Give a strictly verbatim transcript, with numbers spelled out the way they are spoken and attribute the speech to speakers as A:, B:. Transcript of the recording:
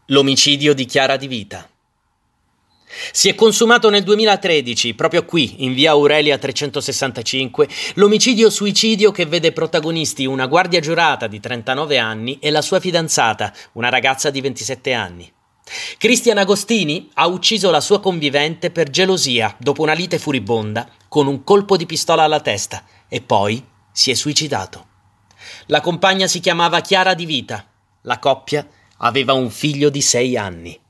A: L'omicidio di Chiara Di Vita. Si è consumato nel duemilatredici, proprio qui, in via Aurelia trecentosessantacinque, l'omicidio-suicidio che vede protagonisti una guardia giurata di trentanove anni e la sua fidanzata, una ragazza di ventisette anni. Cristian Agostini ha ucciso la sua convivente per gelosia dopo una lite furibonda con un colpo di pistola alla testa e poi si è suicidato. La compagna si chiamava Chiara Di Vita. La coppia aveva un figlio di sei anni.